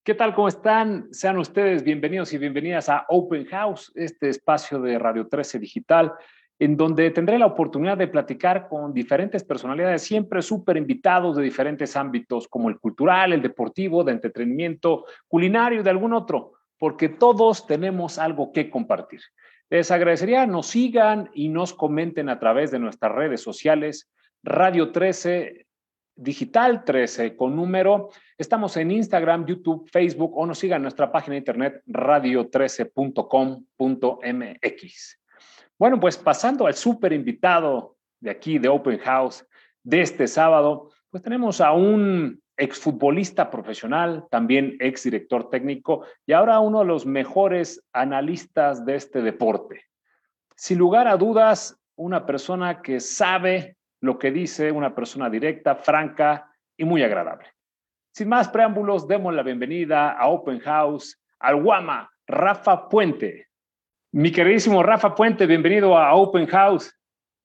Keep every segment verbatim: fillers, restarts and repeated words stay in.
¿Qué tal? ¿Cómo están? Sean ustedes bienvenidos y bienvenidas a Open House, este espacio de Radio trece Digital, en donde tendré la oportunidad de platicar con diferentes personalidades, siempre súper invitados de diferentes ámbitos, como el cultural, el deportivo, de entretenimiento, culinario y de algún otro, porque todos tenemos algo que compartir. Les agradecería nos sigan y nos comenten a través de nuestras redes sociales, Radio trece Digital trece con número. Estamos en Instagram, YouTube, Facebook o nos sigan en nuestra página de internet radio trece punto com punto m x. Bueno, pues pasando al súper invitado de aquí de Open House de este sábado, pues tenemos a un exfutbolista profesional, también exdirector técnico y ahora uno de los mejores analistas de este deporte. Sin lugar a dudas, una persona que sabe lo que dice, una persona directa, franca y muy agradable. Sin más preámbulos, demos la bienvenida a Open House al Guama, Rafa Puente. Mi queridísimo Rafa Puente, bienvenido a Open House.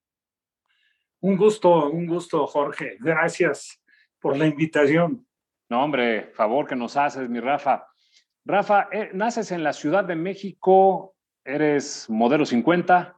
Un gusto, un gusto, Jorge. Gracias por la invitación. No, hombre, favor que nos haces, mi Rafa. Rafa, eh, naces en la Ciudad de México, eres modelo cincuenta.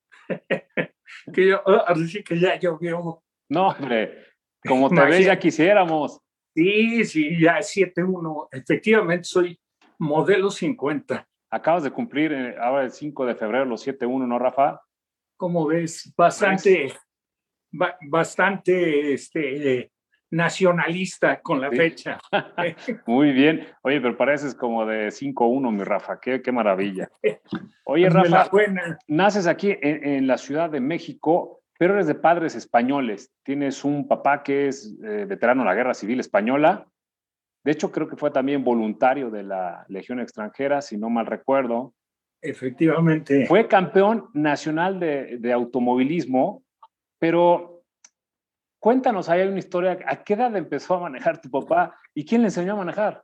que yo, así que ya llovió. No, hombre, como te ves ya quisiéramos. Sí, sí, ya siete uno. Efectivamente soy modelo cincuenta. Acabas de cumplir eh, ahora el cinco de febrero los siete uno, ¿no, Rafa? Como ves, bastante, ba, bastante este, nacionalista con la sí. fecha. Muy bien. Oye, pero pareces como de cinco uno, mi Rafa. Qué, qué maravilla. Oye, Rafa, naces aquí en, en la Ciudad de México, pero eres de padres españoles. Tienes un papá que es eh, veterano de la Guerra Civil Española. De hecho, creo que fue también voluntario de la Legión Extranjera, si no mal recuerdo. Efectivamente. Fue campeón nacional de, de automovilismo, pero cuéntanos, ahí hay una historia. ¿A qué edad empezó a manejar tu papá y quién le enseñó a manejar?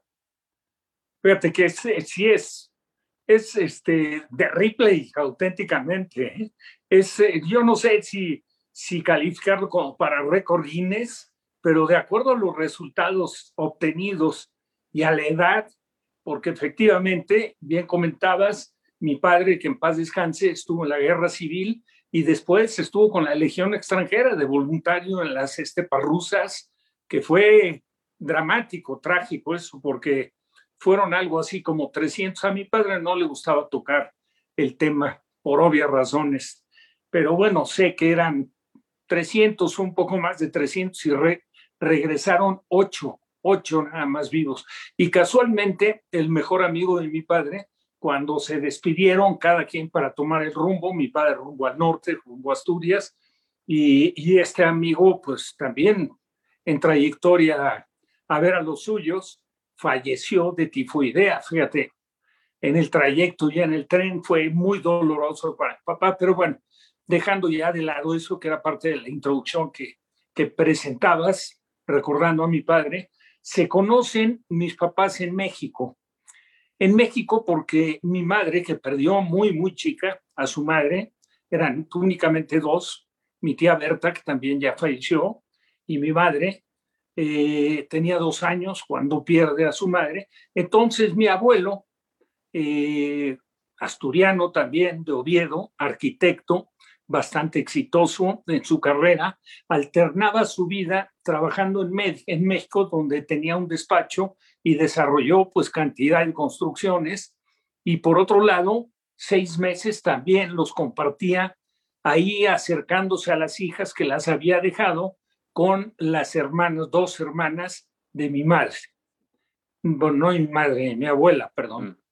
Fíjate que sí es, es, es este, de Ripley, auténticamente. Es, yo no sé si, si calificarlo como para récord Guinness, pero de acuerdo a los resultados obtenidos y a la edad, porque efectivamente, bien comentabas, mi padre, que en paz descanse, estuvo en la Guerra Civil y después estuvo con la Legión Extranjera de voluntario en las estepas rusas, que fue dramático, trágico eso, porque fueron algo así como trescientos. A mi padre no le gustaba tocar el tema por obvias razones, pero bueno, sé que eran trescientos, un poco más de trescientos y re, regresaron ocho, ocho nada más vivos. Y casualmente el mejor amigo de mi padre, cuando se despidieron cada quien para tomar el rumbo, mi padre rumbo al norte, rumbo a Asturias, y, y este amigo pues también en trayectoria a ver a los suyos, falleció de tifoidea, fíjate, en el trayecto ya en el tren fue muy doloroso para el papá, pero bueno, dejando ya de lado eso que era parte de la introducción que, que presentabas, recordando a mi padre, se conocen mis papás en México. En México porque mi madre, que perdió muy, muy chica a su madre, eran únicamente dos, mi tía Berta, que también ya falleció, y mi madre, eh, tenía dos años cuando pierde a su madre. Entonces mi abuelo, eh, asturiano también, de Oviedo, arquitecto, bastante exitoso en su carrera, alternaba su vida trabajando en, Med en México, donde tenía un despacho y desarrolló pues cantidad de construcciones, y por otro lado, seis meses también los compartía ahí acercándose a las hijas que las había dejado con las hermanas, dos hermanas de mi madre. Bueno, no mi madre, mi abuela, perdón. Mm.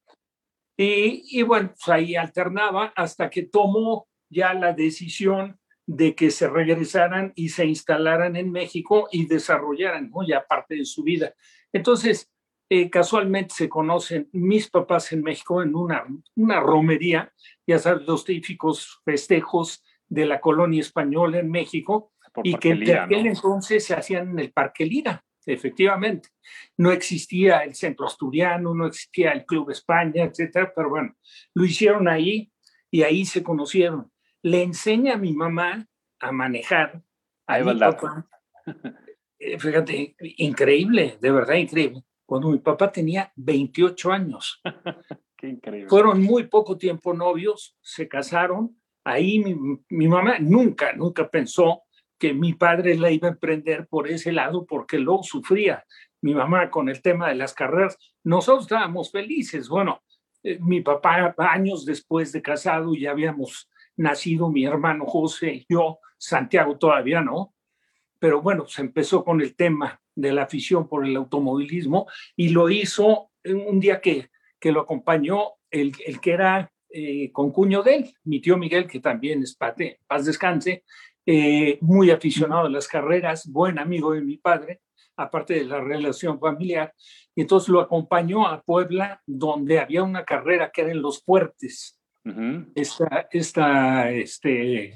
Y, y bueno, pues ahí alternaba hasta que tomó ya la decisión de que se regresaran y se instalaran en México y desarrollaran, ¿no?, ya parte de su vida. Entonces, eh, casualmente se conocen mis papás en México en una, una romería, ya sabes, los típicos festejos de la colonia española en México, por y que Lira, de aquel ¿no? entonces se hacían en el Parque Lira, efectivamente. No existía el Centro Asturiano, no existía el Club España, etcétera, pero bueno, lo hicieron ahí y ahí se conocieron. Le enseña a mi mamá a manejar, a ahí mi papá. Eh, fíjate, increíble, de verdad increíble. cuando mi papá tenía veintiocho años. Qué increíble. Fueron muy poco tiempo novios, se casaron. Ahí mi, mi mamá nunca, nunca pensó que mi padre la iba a emprender por ese lado, porque luego sufría mi mamá con el tema de las carreras. Nosotros estábamos felices. Bueno, eh, mi papá, años después de casado, ya habíamos nacido mi hermano José y yo, Santiago todavía no, pero bueno, se empezó con el tema de la afición por el automovilismo y lo hizo un día que, que lo acompañó el, el que era eh, concuño de él, mi tío Miguel, que también es pate, paz descanse, eh, muy aficionado a las carreras, buen amigo de mi padre, aparte de la relación familiar, y entonces lo acompañó a Puebla, donde había una carrera que era en Los Fuertes. Uh-huh. Esta, esta, este,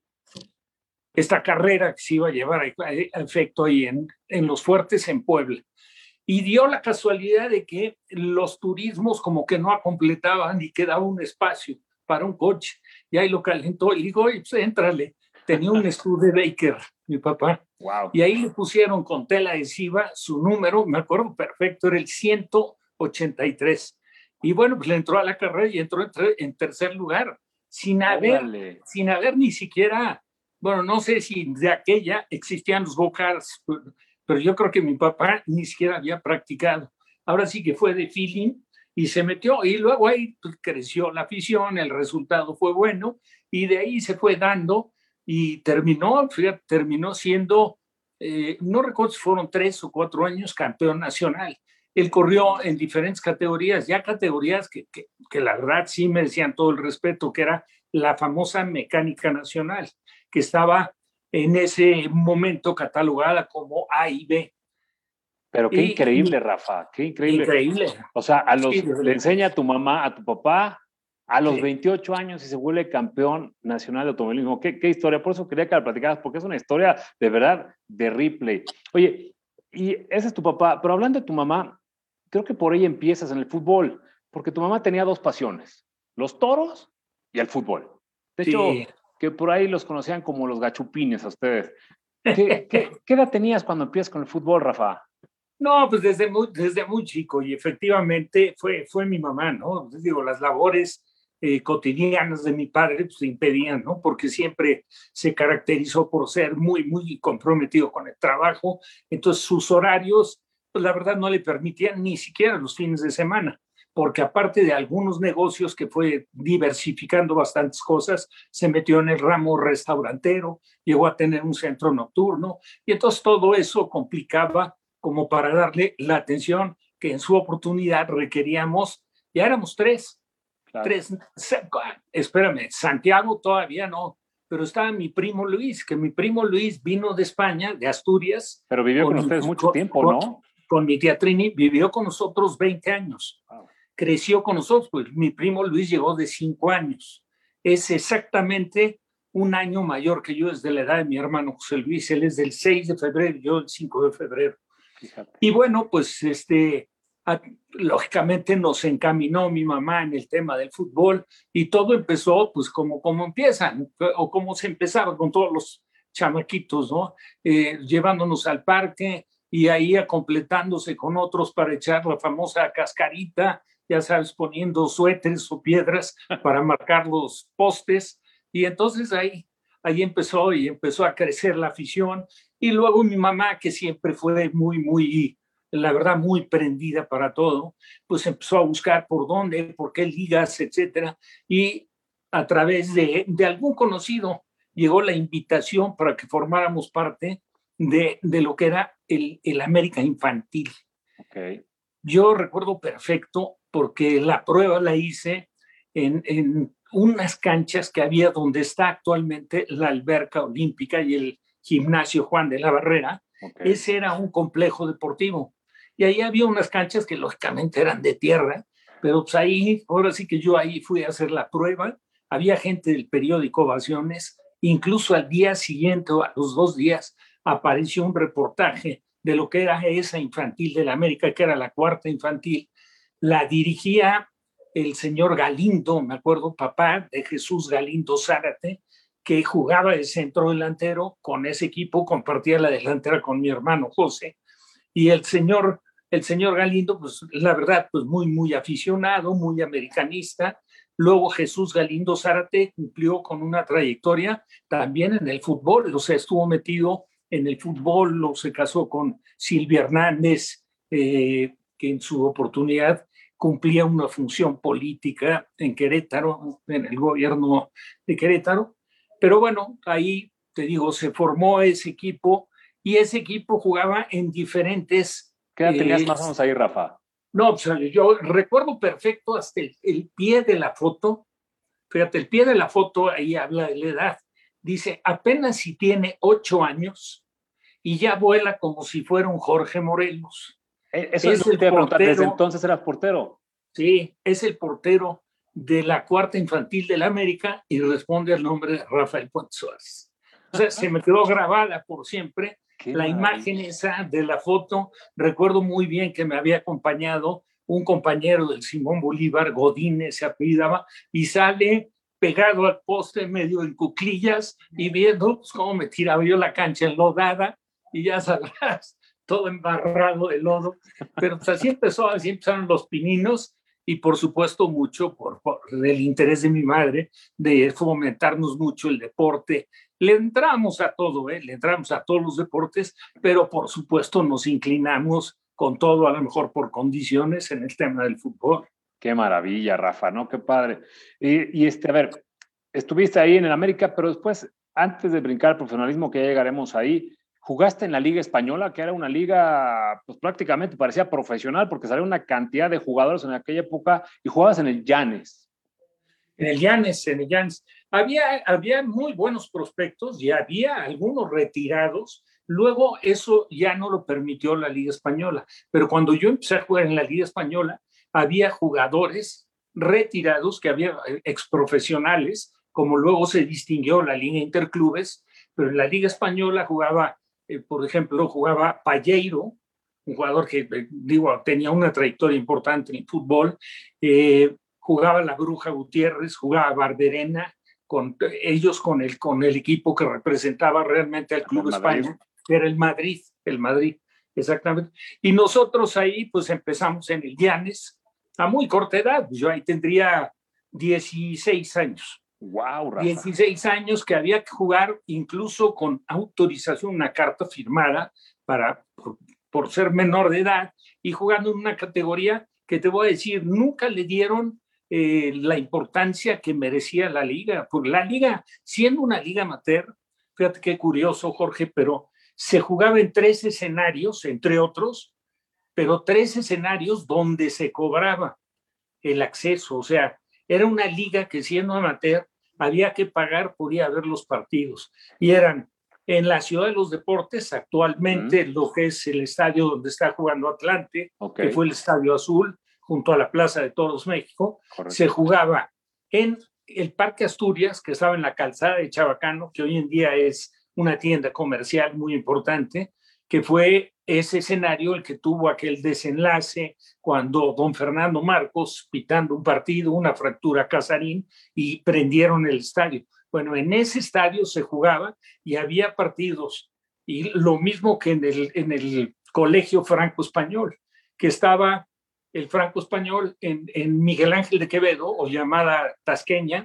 esta carrera que se iba a llevar a, a efecto ahí en, en Los Fuertes, en Puebla. Y dio la casualidad de que los turismos como que no completaban y quedaba un espacio para un coche. Y ahí lo calentó y dijo, oye, pues éntrale. Tenía un Studebaker, mi papá. Wow. Y ahí le pusieron con tela adhesiva su número, me acuerdo perfecto, era el ciento ochenta y tres. Y bueno, pues le entró a la carrera y entró en tercer lugar, sin haber, sin haber ni siquiera, bueno, no sé si de aquella existían los go-karts, pero yo creo que mi papá ni siquiera había practicado. Ahora sí que fue de feeling y se metió, y luego ahí pues, creció la afición, el resultado fue bueno, y de ahí se fue dando, y terminó, fíjate, terminó siendo, eh, no recuerdo si fueron tres o cuatro años campeón nacional. Él corrió en diferentes categorías, ya categorías que, que, que la verdad sí merecían todo el respeto, que era la famosa mecánica nacional, que estaba en ese momento catalogada como A y B. Pero qué y, increíble, Rafa, qué increíble. Increíble. O sea, a los, sí, le enseña a tu mamá, a tu papá, a los sí. veintiocho años y se vuelve campeón nacional de automovilismo. ¿Qué, qué historia? Por eso quería que la platicaras, porque es una historia de verdad de Ripley. Oye, y ese es tu papá, pero hablando de tu mamá, creo que por ahí empiezas en el fútbol, porque tu mamá tenía dos pasiones, los toros y el fútbol. De sí. hecho, que por ahí los conocían como los gachupines a ustedes. ¿Qué, qué, qué edad tenías cuando empiezas con el fútbol, Rafa? No, pues desde muy, desde muy chico, y efectivamente fue, fue mi mamá, ¿no? Les digo, las labores eh, cotidianas de mi padre pues, impedían, ¿no? Porque siempre se caracterizó por ser muy, muy comprometido con el trabajo. Entonces sus horarios, pues la verdad no le permitían ni siquiera los fines de semana, porque aparte de algunos negocios que fue diversificando bastantes cosas, se metió en el ramo restaurantero, llegó a tener un centro nocturno, y entonces todo eso complicaba como para darle la atención que en su oportunidad requeríamos. Ya éramos tres. Claro. Tres, espérame, Santiago todavía no, pero estaba mi primo Luis, que mi primo Luis vino de España, de Asturias. Pero vivió con, con ustedes mucho con, tiempo, ¿no? Con, con mi tía Trini, vivió con nosotros veinte años. Wow. Creció con nosotros, pues mi primo Luis llegó de cinco años. Es exactamente un año mayor que yo, desde la edad de mi hermano José Luis. Él es del seis de febrero, yo del cinco de febrero. Fíjate. Y bueno, pues este, a, lógicamente nos encaminó mi mamá en el tema del fútbol y todo empezó pues como, como empiezan o como se empezaba con todos los chamaquitos, ¿no? Eh, llevándonos al parque y ahí completándose con otros para echar la famosa cascarita, ya sabes, poniendo suéteres o piedras para marcar los postes. Y entonces ahí, ahí empezó y empezó a crecer la afición. Y luego mi mamá, que siempre fue muy, muy, la verdad, muy prendida para todo, pues empezó a buscar por dónde, por qué ligas, etcétera. Y a través de, de algún conocido llegó la invitación para que formáramos parte de, de lo que era el, el América Infantil. Okay. Yo recuerdo perfecto porque la prueba la hice en, en unas canchas que había donde está actualmente la alberca olímpica y el gimnasio Juan de la Barrera. Okay. Ese era un complejo deportivo. Y ahí había unas canchas que lógicamente eran de tierra, pero pues ahí, ahora sí que yo ahí fui a hacer la prueba. Había gente del periódico Ovaciones, incluso al día siguiente o a los dos días apareció un reportaje de lo que era esa infantil de la América, que era la cuarta infantil. La dirigía el señor Galindo, me acuerdo, papá de Jesús Galindo Zárate, que jugaba de centro delantero con ese equipo, compartía la delantera con mi hermano José, y el señor el señor Galindo, pues la verdad, pues muy, muy aficionado, muy americanista. Luego Jesús Galindo Zárate cumplió con una trayectoria también en el fútbol, o sea, estuvo metido en el fútbol, o se casó con Silvia Hernández, eh, que en su oportunidad cumplía una función política en Querétaro, en el gobierno de Querétaro. Pero bueno, ahí te digo, se formó ese equipo y ese equipo jugaba en diferentes... ¿Qué edad tenías eh, más o menos ahí, Rafa? No, pues, yo recuerdo perfecto hasta el, el pie de la foto. Fíjate, el pie de la foto ahí habla de la edad. Dice, apenas si tiene ocho años y ya vuela como si fuera un Jorge Morelos. Eso es, es lo que te iba a preguntar. ¿Desde entonces eras portero? Sí, es el portero de la cuarta infantil del América y responde al nombre de Rafael Puente Suárez. O sea, se me quedó grabada por siempre Qué la maravilla. Imagen esa de la foto. Recuerdo muy bien que me había acompañado un compañero del Simón Bolívar, Godínez se apellidaba, y sale pegado al poste medio en cuclillas y viendo pues, cómo me tiraba yo la cancha enlodada y ya sabrás, todo embarrado de lodo. Pero pues, así empezó, así empezaron los pininos y por supuesto mucho por, por el interés de mi madre de fomentarnos mucho el deporte. Le entramos a todo, ¿eh? Le entramos a todos los deportes, pero por supuesto nos inclinamos con todo, a lo mejor por condiciones en el tema del fútbol. Qué maravilla, Rafa, ¿no? Qué padre. Y, y este, a ver, estuviste ahí en el América, pero después, antes de brincar al profesionalismo, que ya llegaremos ahí, jugaste en la Liga Española, que era una liga, pues prácticamente parecía profesional, porque salía una cantidad de jugadores en aquella época, y jugabas en el Llanes. En el Llanes, en el Llanes. Había, había muy buenos prospectos y había algunos retirados. Luego eso ya no lo permitió la Liga Española. Pero cuando yo empecé a jugar en la Liga Española, había jugadores retirados, que había exprofesionales, como luego se distinguió la Liga Interclubes, pero en la Liga Española jugaba, eh, por ejemplo, jugaba Palleiro, un jugador que, eh, digo, tenía una trayectoria importante en el fútbol, eh, jugaba la Bruja Gutiérrez, jugaba Barberena, con ellos con el, con el equipo que representaba realmente al Club España, que era el Madrid, el Madrid, exactamente. Y nosotros ahí pues empezamos en el Llanes a muy corta edad, yo ahí tendría dieciséis años. Wow, Rafa. dieciséis años que había que jugar incluso con autorización, una carta firmada para, por, por ser menor de edad y jugando en una categoría que te voy a decir, nunca le dieron Eh, la importancia que merecía la liga, porque la liga, siendo una liga amateur, fíjate qué curioso, Jorge, pero se jugaba en tres escenarios, entre otros, pero tres escenarios donde se cobraba el acceso, o sea, era una liga que siendo amateur había que pagar por ir a ver los partidos, y eran en la Ciudad de los Deportes, actualmente mm. lo que es el estadio donde está jugando Atlante, okay. que fue el Estadio Azul, junto a la Plaza de Toros México. Correcto. Se jugaba en el Parque Asturias, que estaba en la calzada de Chabacano, que hoy en día es una tienda comercial muy importante, que fue ese escenario el que tuvo aquel desenlace cuando don Fernando Marcos, pitando un partido, una fractura Casarín, y prendieron el estadio. Bueno, en ese estadio se jugaba y había partidos, y lo mismo que en el, en el Colegio Franco Español, que estaba el Franco Español en, en Miguel Ángel de Quevedo, o llamada Tasqueña,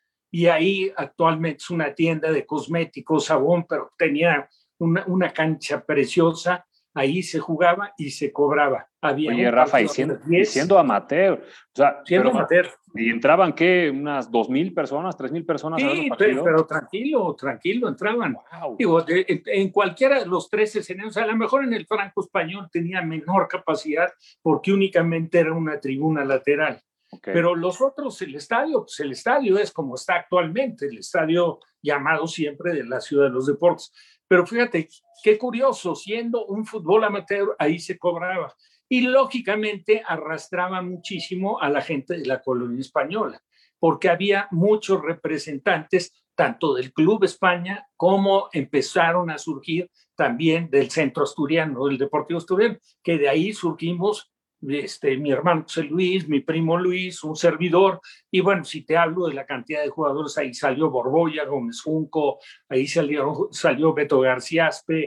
y ahí actualmente es una tienda de cosméticos, sabón, pero tenía una, una cancha preciosa, ahí se jugaba y se cobraba. Había Oye, Rafa, y siendo, y siendo amateur, o sea, siendo pero, amateur. ¿Y entraban qué? ¿Unas dos mil personas, tres mil personas? Sí, pero, pero tranquilo, tranquilo, entraban. Wow. Digo, en, en cualquiera de los tres escenarios, a lo mejor en el Franco Español tenía menor capacidad porque únicamente era una tribuna lateral. Okay. Pero los otros, el estadio, pues el estadio es como está actualmente, el estadio llamado siempre de la Ciudad de los Deportes. Pero fíjate, qué curioso, siendo un fútbol amateur, ahí se cobraba. Y lógicamente arrastraba muchísimo a la gente de la colonia española, porque había muchos representantes, tanto del Club España, como empezaron a surgir también del Centro Asturiano, del Deportivo Asturiano, que de ahí surgimos este, mi hermano José Luis, mi primo Luis, un servidor, y bueno, si te hablo de la cantidad de jugadores, ahí salió Borbolla, Gómez Junco, ahí salió, salió Beto Garciaspe,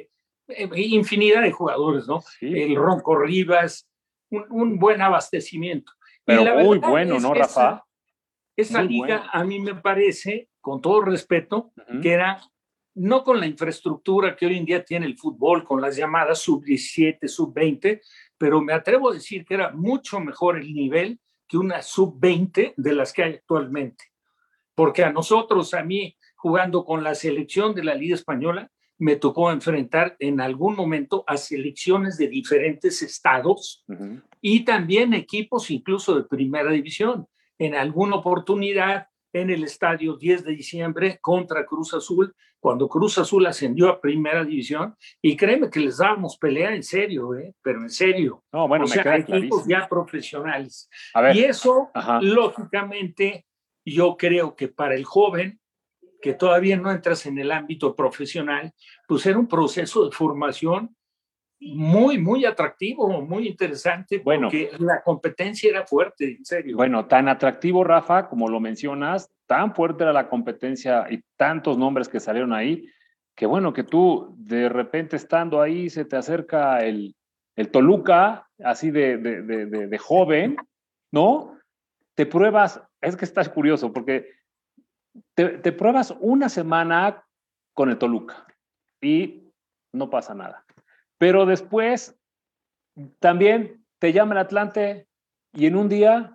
infinidad de jugadores, ¿no? Sí. El Ronco Rivas, un, un buen abastecimiento. Pero y la muy verdad bueno, es ¿no, que Rafa? Esa, esa liga bueno. a mí me parece, con todo respeto, uh-huh. que era no con la infraestructura que hoy en día tiene el fútbol, con las llamadas sub diecisiete, sub veinte, pero me atrevo a decir que era mucho mejor el nivel que una sub veinte de las que hay actualmente. Porque a nosotros, a mí, jugando con la selección de la Liga Española, me tocó enfrentar en algún momento a selecciones de diferentes estados uh-huh. y también equipos incluso de primera división. En alguna oportunidad en el estadio diez de diciembre contra Cruz Azul, cuando Cruz Azul ascendió a primera división, y créeme que les dábamos pelea en serio, ¿eh? Pero en serio. No, bueno, o me sea, queda equipos clarísimo. Ya profesionales. A ver. Y eso, Ajá. lógicamente, yo creo que para el joven, que todavía no entras en el ámbito profesional, pues era un proceso de formación muy, muy atractivo, muy interesante, bueno, porque la competencia era fuerte, en serio. Bueno, tan atractivo, Rafa, como lo mencionas, tan fuerte era la competencia y tantos nombres que salieron ahí, que bueno, que tú de repente estando ahí se te acerca el, el Toluca, así de, de, de, de, de joven, ¿no? Te pruebas, es que estás curioso, porque te, te pruebas una semana con el Toluca y no pasa nada. Pero después también te llama el Atlante y en un día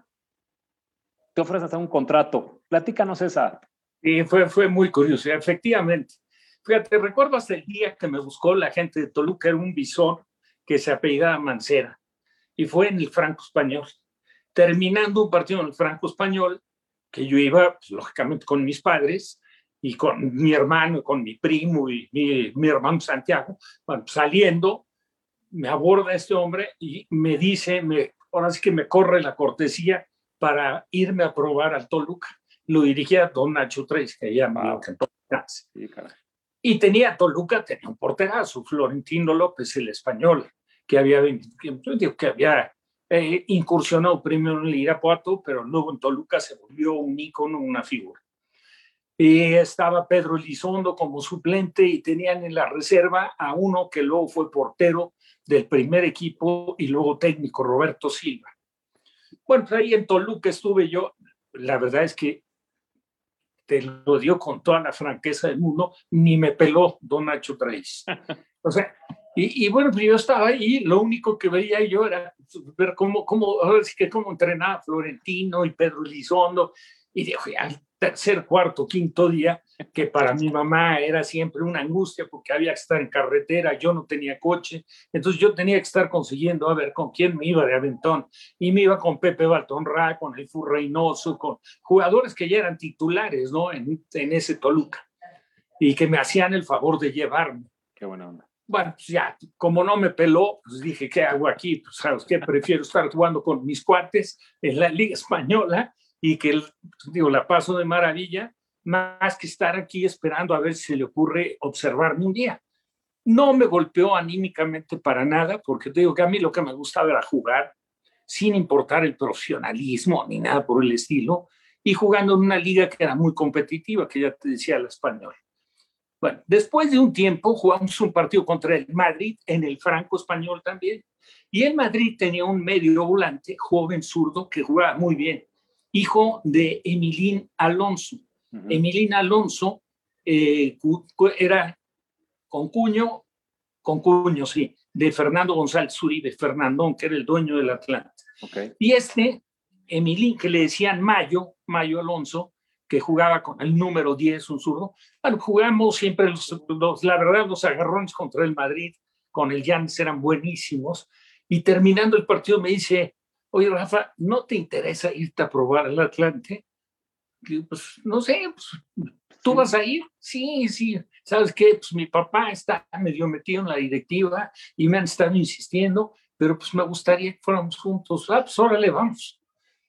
te ofrecen hasta un contrato. Platícanos esa. Sí, fue, fue muy curioso, efectivamente. Fíjate, recuerdo hasta el día que me buscó la gente de Toluca, era un visor que se apellidaba Mancera, y fue en el Franco Español. Terminando un partido en el Franco Español, que yo iba, pues, lógicamente, con mis padres, y con mi hermano, con mi primo y mi, mi hermano Santiago, bueno, saliendo, me aborda este hombre y me dice, me, ahora sí que me corre la cortesía para irme a probar al Toluca. Lo dirigía don Nacho Tres, que ya me encantó. Sí, y tenía Toluca, tenía un porterazo, Florentino López, el español, que había, que, que había eh, incursionado primero en el Irapuato, pero luego en Toluca se volvió un ícono, una figura. Y estaba Pedro Elizondo como suplente y tenían en la reserva a uno que luego fue portero del primer equipo y luego técnico, Roberto Silva. Bueno, pues ahí en Toluca estuve yo. La verdad es que te lo dio con toda la franqueza del mundo, ni me peló don Nacho Traís. O sea, y, y bueno, pues yo estaba ahí, lo único que veía yo era ver cómo, cómo, ahora sí que cómo entrenaba Florentino y Pedro Elizondo, y dije, al tercer, cuarto, quinto día, que para mi mamá era siempre una angustia porque había que estar en carretera, yo no tenía coche, entonces yo tenía que estar consiguiendo a ver con quién me iba de aventón, y me iba con Pepe Baltonrá, con el Fu Reynoso, con jugadores que ya eran titulares, ¿no? En, en ese Toluca, y que me hacían el favor de llevarme. Qué buena onda. Bueno, pues ya, como no me peló, pues dije, ¿qué hago aquí? Pues, ¿sabes qué? Prefiero estar jugando con mis cuates en la Liga Española y que, digo, la paso de maravilla, más que estar aquí esperando a ver si se le ocurre observarme un día. No me golpeó anímicamente para nada, porque te digo que a mí lo que me gustaba era jugar, sin importar el profesionalismo ni nada por el estilo, y jugando en una liga que era muy competitiva, que ya te decía, la española. Bueno, después de un tiempo jugamos un partido contra el Madrid en el Franco Español también, y el Madrid tenía un medio volante joven zurdo que jugaba muy bien, hijo de Emilín Alonso. Uh-huh. Emilín Alonso eh, era concuño, concuño, sí, de Fernando González Uribe, Fernandón, que era el dueño del Atlante. Okay. Y este Emilín, que le decían Mayo, Mayo Alonso, que jugaba con el número diez, un zurdo. Bueno, jugamos siempre, los, los, la verdad, los agarrones contra el Madrid, con el Llanes eran buenísimos. Y terminando el partido me dice, oye, Rafa, ¿no te interesa irte a probar al Atlante? Y pues, no sé, pues, ¿tú vas a ir? Sí, sí. ¿Sabes qué? Pues mi papá está medio metido en la directiva y me han estado insistiendo, pero pues me gustaría que fuéramos juntos. Ah, pues órale, vamos.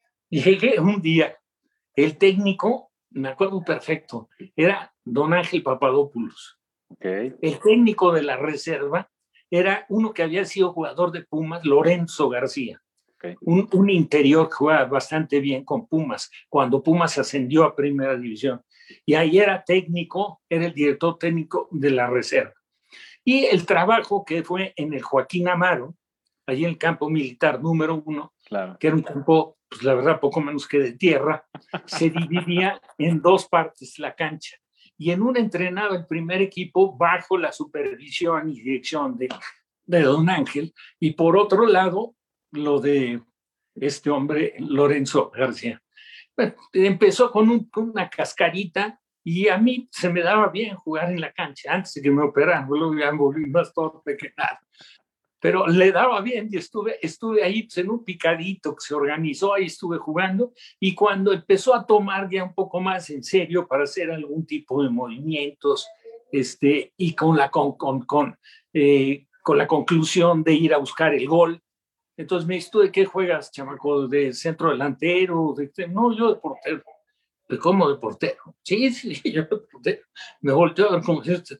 Y llegué un día. El técnico, me acuerdo perfecto, era don Ángel Papadopoulos. Okay. El técnico de la reserva era uno que había sido jugador de Pumas, Lorenzo García. Okay. Un, un interior que jugaba bastante bien con Pumas, cuando Pumas ascendió a primera división. Y ahí era técnico, era el director técnico de la reserva. Y el trabajo que fue en el Joaquín Amaro, allí en el campo militar número uno, claro. Que era un campo, pues la verdad, poco menos que de tierra, se dividía en dos partes la cancha. Y en una entrenaba el primer equipo bajo la supervisión y dirección de, de don Ángel, y por otro lado, lo de este hombre, Lorenzo García. Bueno, empezó con, un, con una cascarita, y a mí se me daba bien jugar en la cancha antes de que me operaran, luego ya me volví más torpe que nada. Pero le daba bien y estuve, estuve ahí pues, en un picadito que se organizó, ahí estuve jugando, y cuando empezó a tomar ya un poco más en serio para hacer algún tipo de movimientos, este, y con la, con, con, con, eh, con la conclusión de ir a buscar el gol, entonces me dice, ¿tú de qué juegas, chamaco? ¿De centro delantero? ¿De qué? No, yo de portero. ¿De cómo de portero? Sí, sí, yo de portero. Me volteó a ver como este.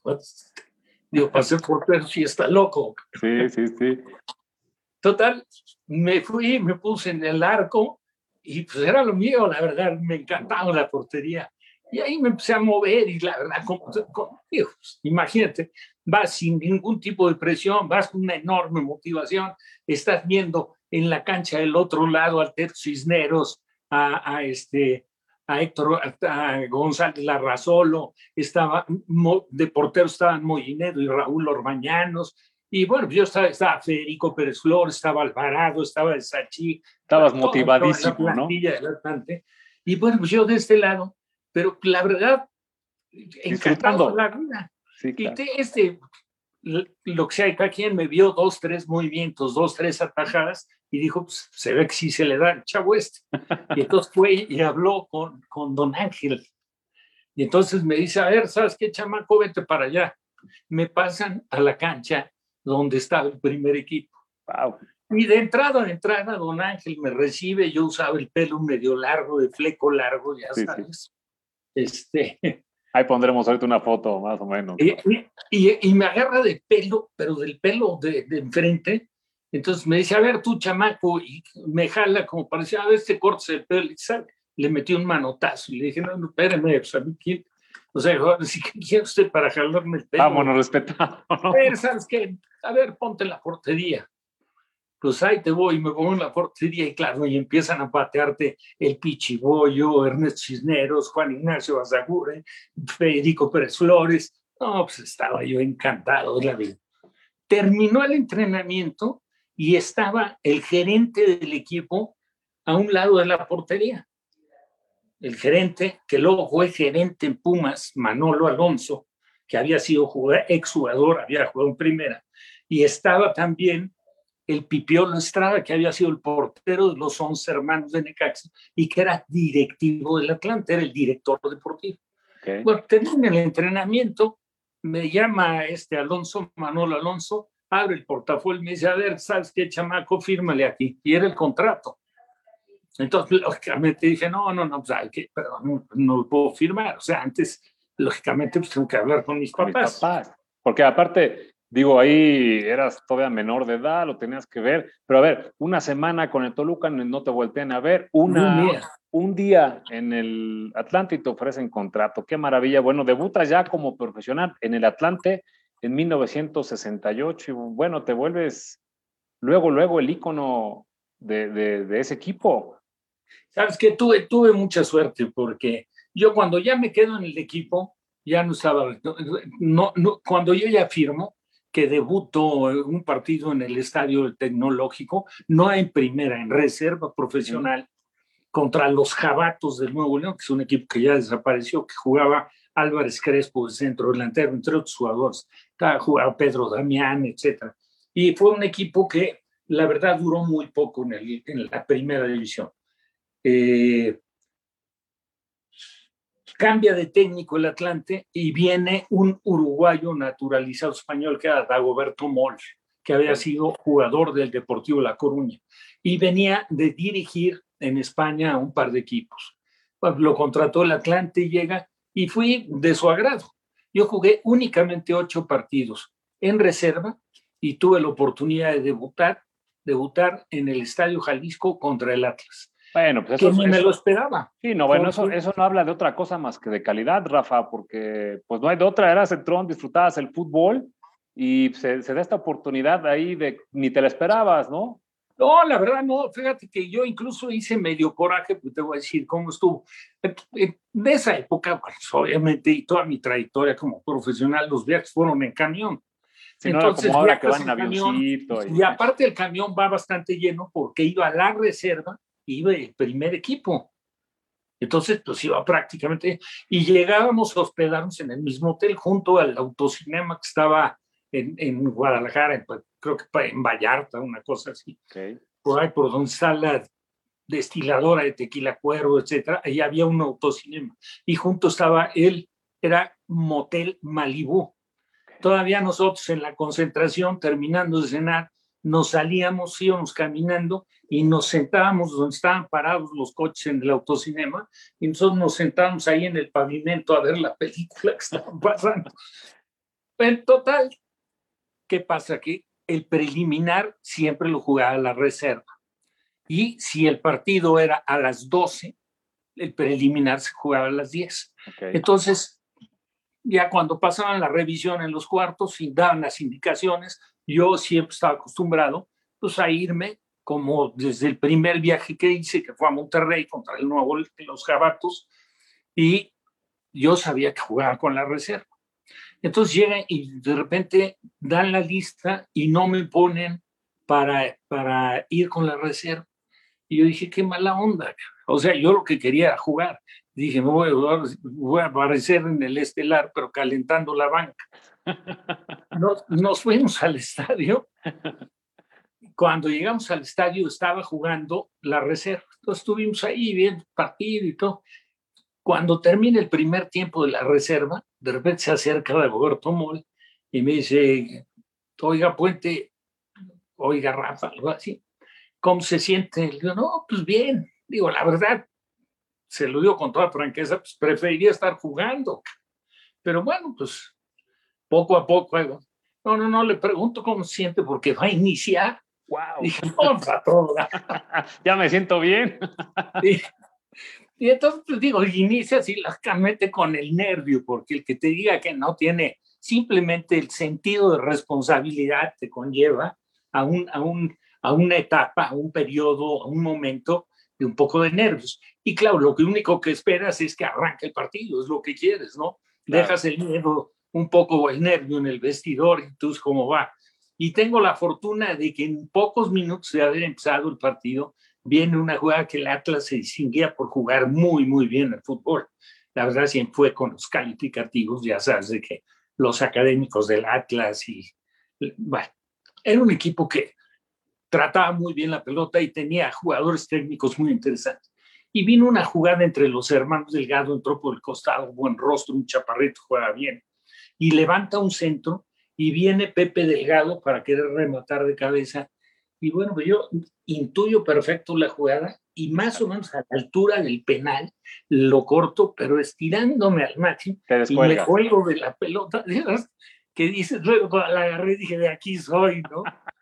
Digo, para ser portero sí está loco. Sí, sí, sí. Total, me fui, me puse en el arco y pues era lo mío, la verdad, me encantaba la portería. Y ahí me empecé a mover y la verdad, como, como, digo, pues, imagínate, vas sin ningún tipo de presión, vas con una enorme motivación, estás viendo en la cancha del otro lado al Teto Cisneros, a, a este... a Héctor a González Larrazolo, estaba, de portero estaban Molinero y Raúl Orbañanos, y bueno, yo estaba, estaba Federico Pérez Flores, estaba Alvarado, estaba el Sachí. Estabas todo, motivadísimo, la plantilla, ¿no? Adelante. Y bueno, pues yo de este lado, pero la verdad, encantado de la vida. Sí, claro. Y este, lo que sea, cada quien me vio dos, tres movimientos, dos, tres atajadas, y dijo, pues, se ve que sí se le da el chavo este. Y entonces fue y habló con, con don Ángel. Y entonces me dice, a ver, ¿sabes qué, chamaco? Vete para allá. Me pasan a la cancha donde estaba el primer equipo. Wow. Y de entrada a entrada, don Ángel me recibe, yo usaba el pelo medio largo, de fleco largo, ya sí, sabes. Sí. Este... Ahí pondremos ahorita una foto, más o menos. Y, y, y me agarra de pelo, pero del pelo de, de enfrente. Entonces me dice, a ver, tú, chamaco, y me jala como parecía, a ver, te cortes el pelo. Y ¿sabe? Le metí un manotazo y le dije, no, no, espérame, pues, a mí, ¿quién? O sea, si quiere usted para jalarme el pelo. Vámonos, respetado, ¿no? A ver, ¿sabes qué? A ver, ponte la portería. Pues ahí te voy, me pongo en la portería y claro, y empiezan a patearte el Pichibollo, Ernesto Cisneros, Juan Ignacio Azagure, Federico Pérez Flores. No, pues estaba yo encantado de la vida. Terminó el entrenamiento y estaba el gerente del equipo a un lado de la portería. El gerente, que luego fue gerente en Pumas, Manolo Alonso, que había sido jugador, exjugador, había jugado en primera, y estaba también el Pipiolo Estrada, que había sido el portero de los once hermanos de Necaxa y que era directivo del Atlante, era el director deportivo. Okay. Bueno, termina el entrenamiento, me llama este Alonso, Manolo Alonso, abre el portafolio y me dice, a ver, ¿sabes qué, chamaco? Fírmale aquí. Y era el contrato. Entonces, lógicamente dije, no, no, no, pues, ¿qué? Pero no, no lo puedo firmar. O sea, antes, lógicamente, pues tengo que hablar con mis papás. Mis papás. Porque aparte, digo, ahí eras todavía menor de edad, lo tenías que ver. Pero a ver, una semana con el Toluca no te voltean a ver. Una, un, día. un día en el Atlante y te ofrecen contrato. Qué maravilla. Bueno, debutas ya como profesional en el Atlante en mil novecientos sesenta y ocho. Y bueno, te vuelves luego, luego el ícono de, de, de ese equipo. Sabes que tuve, tuve mucha suerte porque yo cuando ya me quedo en el equipo, ya no estaba, no, no, cuando yo ya firmo que debuto un partido en el Estadio del Tecnológico, no en primera, en reserva profesional, uh-huh. contra los Jabatos del Nuevo León, que es un equipo que ya desapareció, que jugaba Álvarez Crespo de centro delantero, entre otros jugadores, jugaba Pedro Damián, etcétera. Y fue un equipo que, la verdad, duró muy poco en, el, en la primera división. Eh, cambia de técnico el Atlante y viene un uruguayo naturalizado español que era Dagoberto Moll, que había sido jugador del Deportivo La Coruña y venía de dirigir en España a un par de equipos. Pues lo contrató el Atlante y llega y fui de su agrado. Yo jugué únicamente ocho partidos en reserva y tuve la oportunidad de debutar, debutar en el Estadio Jalisco contra el Atlas. Bueno, pues eso, que ni eso, me lo esperaba. Sí, no, bueno, eso, eso no habla de otra cosa más que de calidad, Rafa, porque pues no hay de otra, eras entrón, disfrutabas el fútbol y se, se da esta oportunidad ahí de ni te la esperabas, ¿no? No, la verdad no, fíjate que yo incluso hice medio coraje, pues te voy a decir cómo estuvo. De esa época, pues, obviamente, y toda mi trayectoria como profesional, los viajes fueron en camión. Si no era Entonces, como ahora que van viajas en en camión, avioncito. Y... y aparte el camión va bastante lleno porque iba a la reserva, iba el primer equipo. Entonces, pues iba prácticamente, y llegábamos a hospedarnos en el mismo hotel junto al autocinema que estaba en, en Guadalajara, en, creo que en Vallarta, una cosa así. Okay. Por ahí, por donde está la destiladora de tequila Cuervo, etcétera, ahí había un autocinema. Y junto estaba él, era Motel Malibú. Todavía nosotros en la concentración, terminando de cenar, nos salíamos, íbamos caminando y nos sentábamos donde estaban parados los coches en el autocinema y nosotros nos sentábamos ahí en el pavimento a ver la película que estaban pasando. En total, ¿qué pasa? Que el preliminar siempre lo jugaba la reserva. Y si el partido era a las doce, el preliminar se jugaba a las diez. Okay. Entonces, ya cuando pasaban la revisión en los cuartos y daban las indicaciones, yo siempre estaba acostumbrado pues, a irme, como desde el primer viaje que hice, que fue a Monterrey contra el Nuevo los Jabatos, y yo sabía que jugaba con la reserva. Entonces llegan y de repente dan la lista y no me ponen para, para ir con la reserva. Y yo dije, qué mala onda. O sea, yo lo que quería era jugar. Dije, me voy, voy a aparecer en el estelar, pero calentando la banca. Nos, nos fuimos al estadio. Cuando llegamos al estadio estaba jugando la reserva. Entonces estuvimos ahí viendo el partido y todo. Cuando termina el primer tiempo de la reserva, de repente se acerca Roberto Moll y me dice, oiga, Puente, oiga, Rafa, algo así. ¿Cómo se siente? Le digo, no, pues bien. Digo, la verdad, se lo digo con toda franqueza, pues preferiría estar jugando. Pero bueno, pues poco a poco. No, no, no, le pregunto cómo se siente porque va a iniciar. Wow. Dije, no, para todo. Ya me siento bien. y, y entonces, pues digo, inicia así lógicamente con el nervio, porque el que te diga que no tiene simplemente el sentido de responsabilidad te conlleva a un, a un a una etapa, a un periodo, a un momento de un poco de nervios. Y claro, lo que único que esperas es que arranque el partido, es lo que quieres, ¿no? Claro. Dejas el miedo, un poco el nervio en el vestidor y tú cómo va. Y tengo la fortuna de que en pocos minutos de haber empezado el partido, viene una jugada que el Atlas se distinguía por jugar muy, muy bien el fútbol. La verdad siempre fue con los calificativos, ya sabes, de que los académicos del Atlas y, bueno, era un equipo que trataba muy bien la pelota y tenía jugadores técnicos muy interesantes. Y vino una jugada entre los hermanos Delgado, entró por el costado, buen rostro, un chaparrito, juega bien, y levanta un centro y viene Pepe Delgado para querer rematar de cabeza. Y bueno, yo intuyo perfecto la jugada y más o menos a la altura del penal lo corto, pero estirándome al máximo y me cuelgo de la pelota. Que dices, luego cuando la agarré dije, de aquí soy, ¿no?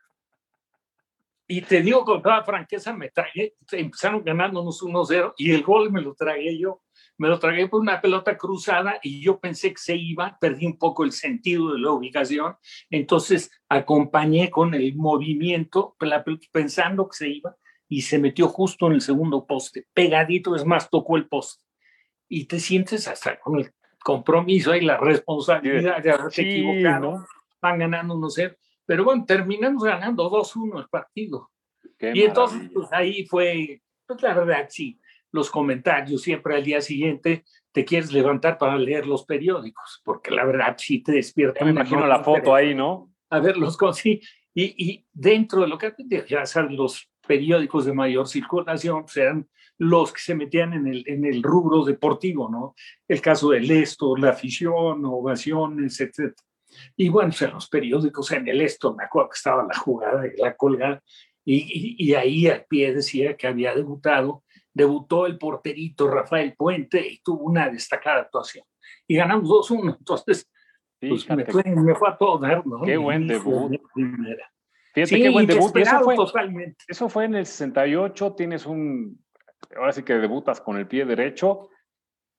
Y te digo con toda franqueza, me tragué, empezaron ganándonos uno cero y el gol me lo tragué yo. Me lo tragué por una pelota cruzada y yo pensé que se iba, perdí un poco el sentido de la ubicación, entonces acompañé con el movimiento pensando que se iba y se metió justo en el segundo poste, pegadito, es más, tocó el poste. Y te sientes hasta con el compromiso y la responsabilidad de haberte sí, equivocado, ¿no? Van ganando uno cero. Pero bueno, terminamos ganando dos uno el partido. Qué y maravilla. Entonces, pues ahí fue, pues la verdad, sí, los comentarios siempre al día siguiente te quieres levantar para leer los periódicos, porque la verdad sí te despierta. Ya me imagino la foto ahí, ¿no? A verlos con sí. Y, y dentro de lo que ya saben, los periódicos de mayor circulación pues eran los que se metían en el, en el rubro deportivo, ¿no? El caso del Esto, La Afición, Ovaciones, etcétera. Y bueno, pues en los periódicos, en el Esto, me acuerdo que estaba la jugada y la colgada, y, y, y ahí al pie decía que había debutado, debutó el porterito Rafael Puente y tuvo una destacada actuación. Y ganamos dos uno, entonces pues me, fue, me fue a todo dar, ¿no? Qué buen debut. Fíjate sí, qué buen debut. Eso fue, totalmente. Eso fue en el sesenta y ocho, tienes un, ahora sí que debutas con el pie derecho.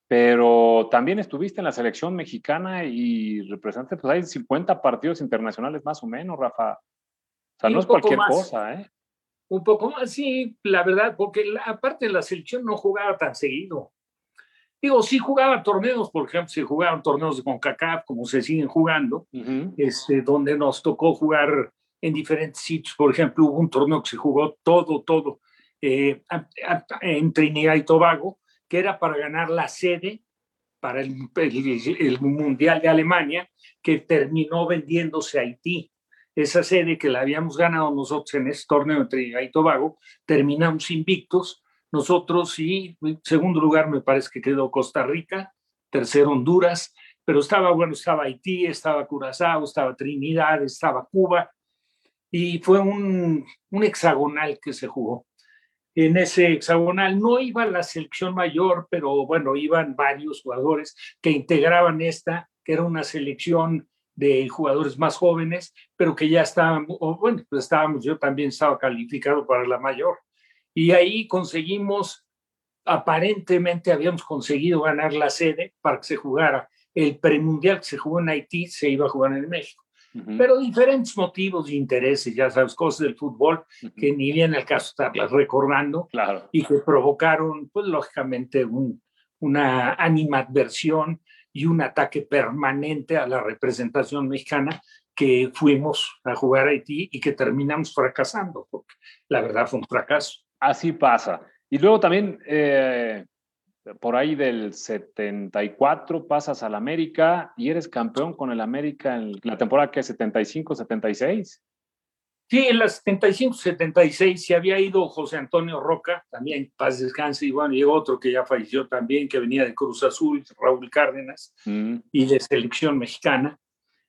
pero también estuviste en la selección mexicana y representaste, pues hay cincuenta partidos internacionales más o menos, Rafa. O sea, Y no un es poco cualquier más, cosa, ¿eh? un poco más, sí, la verdad, porque la, aparte la selección no jugaba tan seguido. Digo, sí jugaba torneos, por ejemplo, se jugaban torneos de CONCACAF, como se siguen jugando, uh-huh. este, donde nos tocó jugar en diferentes sitios. Por ejemplo, hubo un torneo que se jugó todo, todo eh, a, a, en Trinidad y Tobago, que era para ganar la sede para el, el, el Mundial de Alemania, que terminó vendiéndose a Haití. Esa sede que la habíamos ganado nosotros en ese torneo en Trinidad y Tobago, terminamos invictos. Nosotros y en segundo lugar me parece que quedó Costa Rica, tercero Honduras, pero estaba, bueno, estaba Haití, estaba Curazao, estaba Trinidad, estaba Cuba, y fue un, un hexagonal que se jugó. En ese hexagonal no iba la selección mayor, pero bueno, iban varios jugadores que integraban esta, que era una selección de jugadores más jóvenes, pero que ya estábamos, o bueno, pues estábamos, yo también estaba calificado para la mayor. Y ahí conseguimos, aparentemente habíamos conseguido ganar la sede para que se jugara. El premundial que se jugó en Haití se iba a jugar en México. Uh-huh. Pero diferentes motivos e intereses, ya sabes, cosas del fútbol uh-huh. que ni viene al caso estarlas recordando, claro. y que provocaron, pues lógicamente, un, una animadversión y un ataque permanente a la representación mexicana, que fuimos a jugar a Haití y que terminamos fracasando, porque la verdad fue un fracaso. Así pasa. Y luego también, eh, por ahí del setenta y cuatro pasas al América y eres campeón con el América en la temporada que es setenta y cinco setenta y seis. Sí, en la setenta y cinco setenta y seis se había ido José Antonio Roca, también paz descanse, y bueno, llegó otro que ya falleció también, que venía de Cruz Azul, Raúl Cárdenas, mm. y de selección mexicana,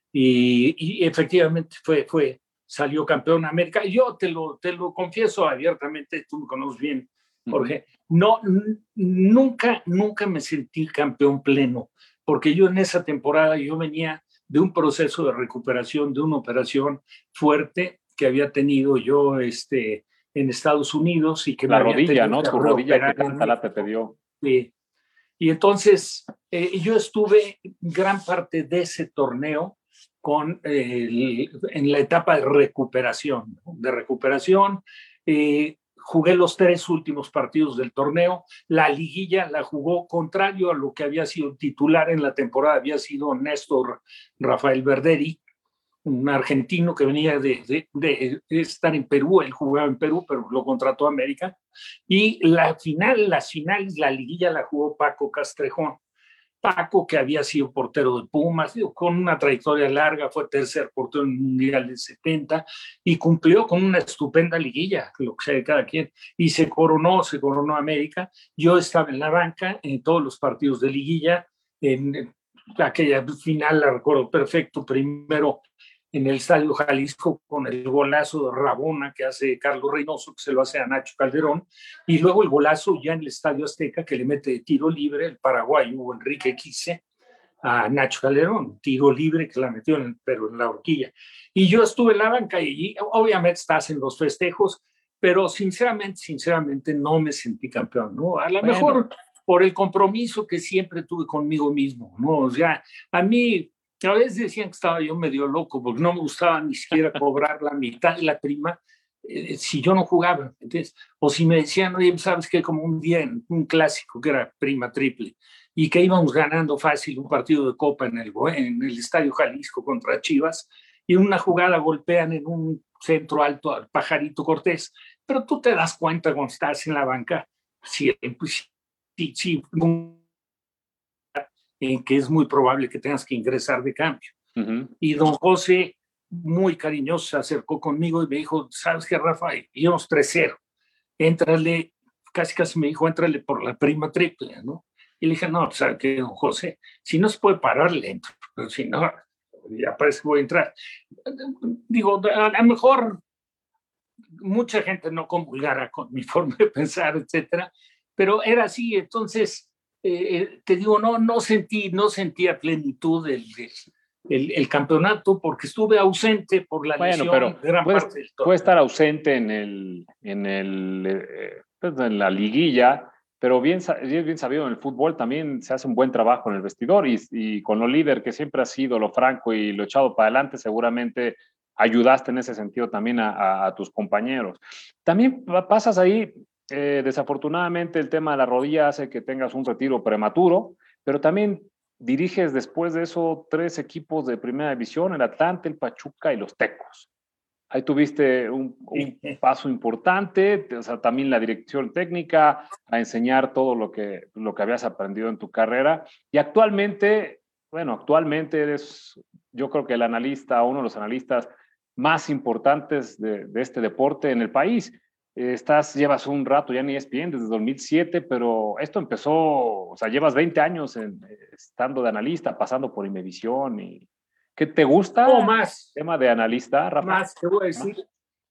y, y efectivamente fue, fue, salió campeón América. Yo te lo, te lo confieso abiertamente, tú me conoces bien, Jorge, uh-huh. no, n- nunca, nunca me sentí campeón pleno, porque yo en esa temporada yo venía de un proceso de recuperación, de una operación fuerte que había tenido yo este, en Estados Unidos y que la me rodilla, había ¿no? Tu rodilla que tanta lata te dio. Sí. Y entonces eh, yo estuve gran parte de ese torneo con, eh, el, en la etapa de recuperación, ¿no? de recuperación. Eh, jugué los tres últimos partidos del torneo. La liguilla la jugó contrario a lo que había sido titular en la temporada, había sido Néstor Rafael Verderi, un argentino que venía de, de, de, estar en Perú, él jugaba en Perú, pero lo contrató a América. Y la final, las finales, la liguilla la jugó Paco Castrejón. Paco, que había sido portero de Pumas, con una trayectoria larga, fue tercer portero en el Mundial del setenta y cumplió con una estupenda liguilla, lo que sea de cada quien, y se coronó, se coronó América. Yo estaba en la banca en todos los partidos de liguilla, en aquella final la recuerdo perfecto, primero en el Estadio Jalisco con el golazo de Rabona que hace Carlos Reynoso, que se lo hace a Nacho Calderón, y luego el golazo ya en el Estadio Azteca que le mete de tiro libre el paraguayo Enrique Quise a Nacho Calderón, tiro libre que la metió en, pero en la horquilla. Y yo estuve en la banca y obviamente estás en los festejos, pero sinceramente, sinceramente no me sentí campeón, ¿no? A lo bueno. mejor por el compromiso que siempre tuve conmigo mismo, ¿no? O sea, a mí a veces decían que estaba yo medio loco porque no me gustaba ni siquiera cobrar la mitad de la prima eh, si yo no jugaba. Entonces, o si me decían, oye, ¿sabes qué? Como un día en un clásico que era prima triple y que íbamos ganando fácil un partido de Copa en el, en el Estadio Jalisco contra Chivas y en una jugada golpean en un centro alto al Pajarito Cortés. Pero tú te das cuenta cuando estás en la banca si, pues, si, si en que es muy probable que tengas que ingresar de cambio. Uh-huh. Y don José, muy cariñoso, se acercó conmigo y me dijo, ¿sabes qué, Rafa? Íbamos tres cero, éntrale, casi casi me dijo, éntrale por la prima triple, ¿no? Y le dije, no, ¿sabes qué, don José? Si no se puede parar, le entro, pero si no, ya parece que voy a entrar. Digo, a lo mejor mucha gente no comulgara con mi forma de pensar, etcétera, pero era así, entonces... Eh, te digo, no, no sentí, no sentía plenitud el, el, el campeonato porque estuve ausente por la bueno, lesión pero de gran puedes, parte del puede estar ausente en, el, en, el, eh, pues en la liguilla, pero bien, es bien sabido en el fútbol también se hace un buen trabajo en el vestidor y, y con lo líder que siempre ha sido, lo franco y lo echado para adelante, seguramente ayudaste en ese sentido también a, a, a tus compañeros. También pasas ahí, eh, desafortunadamente el tema de la rodilla hace que tengas un retiro prematuro, pero también diriges después de eso tres equipos de primera división, el Atlante, el Pachuca y los Tecos. Ahí tuviste un, un paso importante, o sea, también la dirección técnica, a enseñar todo lo que, lo que habías aprendido en tu carrera. Y actualmente, bueno, actualmente eres, yo creo que el analista, uno de los analistas más importantes de, de este deporte en el país. Estás, llevas un rato ya en E S P N desde dos mil siete, pero esto empezó, o sea, llevas veinte años en, estando de analista, pasando por Imevisión y ¿qué te gusta O el más, tema de analista, Rafa? más, te voy a decir. ¿Más?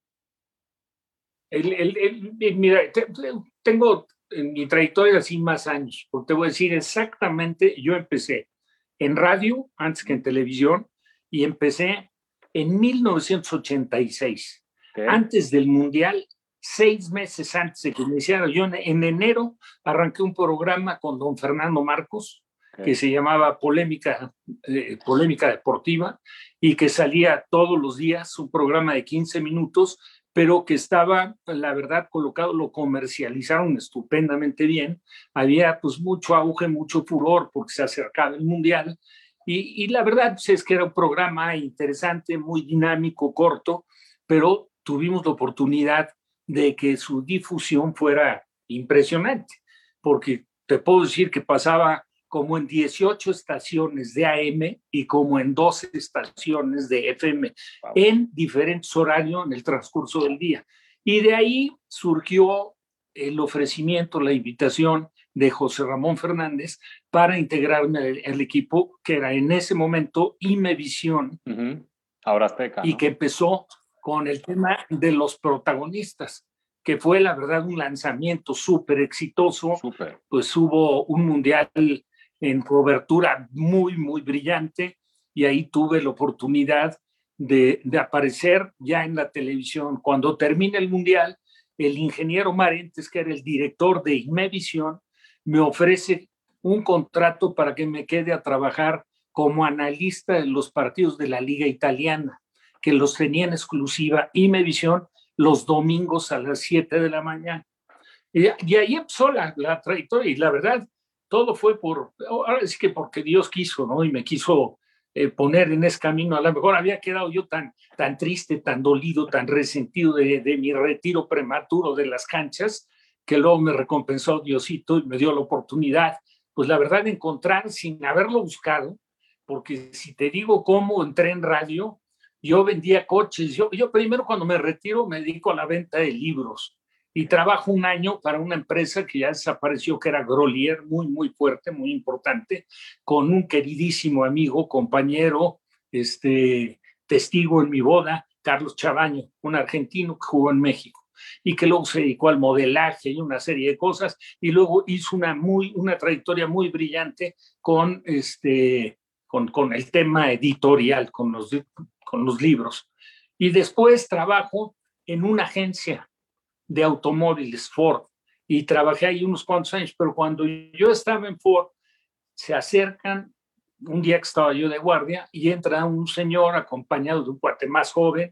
El, el, el, el, mira, te, tengo en mi trayectoria así más años, porque te voy a decir exactamente, yo empecé en radio antes que en televisión y empecé en mil novecientos ochenta y seis, okay. Antes del Mundial, seis meses antes de que iniciara. Yo en, en enero arranqué un programa con don Fernando Marcos, okay, que se llamaba Polémica, eh, Polémica Deportiva y que salía todos los días, un programa de quince minutos, pero que estaba, la verdad, colocado, lo comercializaron estupendamente bien. Había pues mucho auge, mucho furor porque se acercaba el Mundial. Y, y la verdad pues, es que era un programa interesante, muy dinámico, corto, pero tuvimos la oportunidad de que su difusión fuera impresionante, porque te puedo decir que pasaba como en dieciocho estaciones de A M y como en doce estaciones de F M, wow, en diferentes horarios en el transcurso del día. Y de ahí surgió el ofrecimiento, la invitación de José Ramón Fernández para integrarme al, al equipo que era en ese momento Imevisión, uh-huh. Ahora Azteca, y ¿no? que empezó con el tema de los protagonistas, que fue la verdad un lanzamiento súper exitoso. Super. Pues hubo un mundial en cobertura muy, muy brillante y ahí tuve la oportunidad de, de aparecer ya en la televisión. Cuando termina el mundial, el ingeniero Marentes, que era el director de Imevisión, me ofrece un contrato para que me quede a trabajar como analista de los partidos de la Liga Italiana, que los tenía en exclusiva Imevisión los domingos a las siete de la mañana. Y, y ahí empezó la, la trayectoria y la verdad, todo fue por, ahora es que porque Dios quiso, ¿no? Y me quiso eh, poner en ese camino. A lo mejor había quedado yo tan, tan triste, tan dolido, tan resentido de, de mi retiro prematuro de las canchas, que luego me recompensó Diosito y me dio la oportunidad, pues la verdad, de encontrar sin haberlo buscado, porque si te digo cómo entré en radio, yo vendía coches. Yo, yo primero cuando me retiro me dedico a la venta de libros y trabajo un año para una empresa que ya desapareció, que era Grolier, muy, muy fuerte, muy importante, con un queridísimo amigo, compañero, este, testigo en mi boda, Carlos Chabaño, un argentino que jugó en México y que luego se dedicó al modelaje y una serie de cosas y luego hizo una, muy, una trayectoria muy brillante con, este, con, con el tema editorial, con los, con los libros. Y después trabajo en una agencia de automóviles, Ford, y trabajé ahí unos cuantos años, pero cuando yo estaba en Ford, se acercan, un día que estaba yo de guardia, y entra un señor acompañado de un cuate más joven,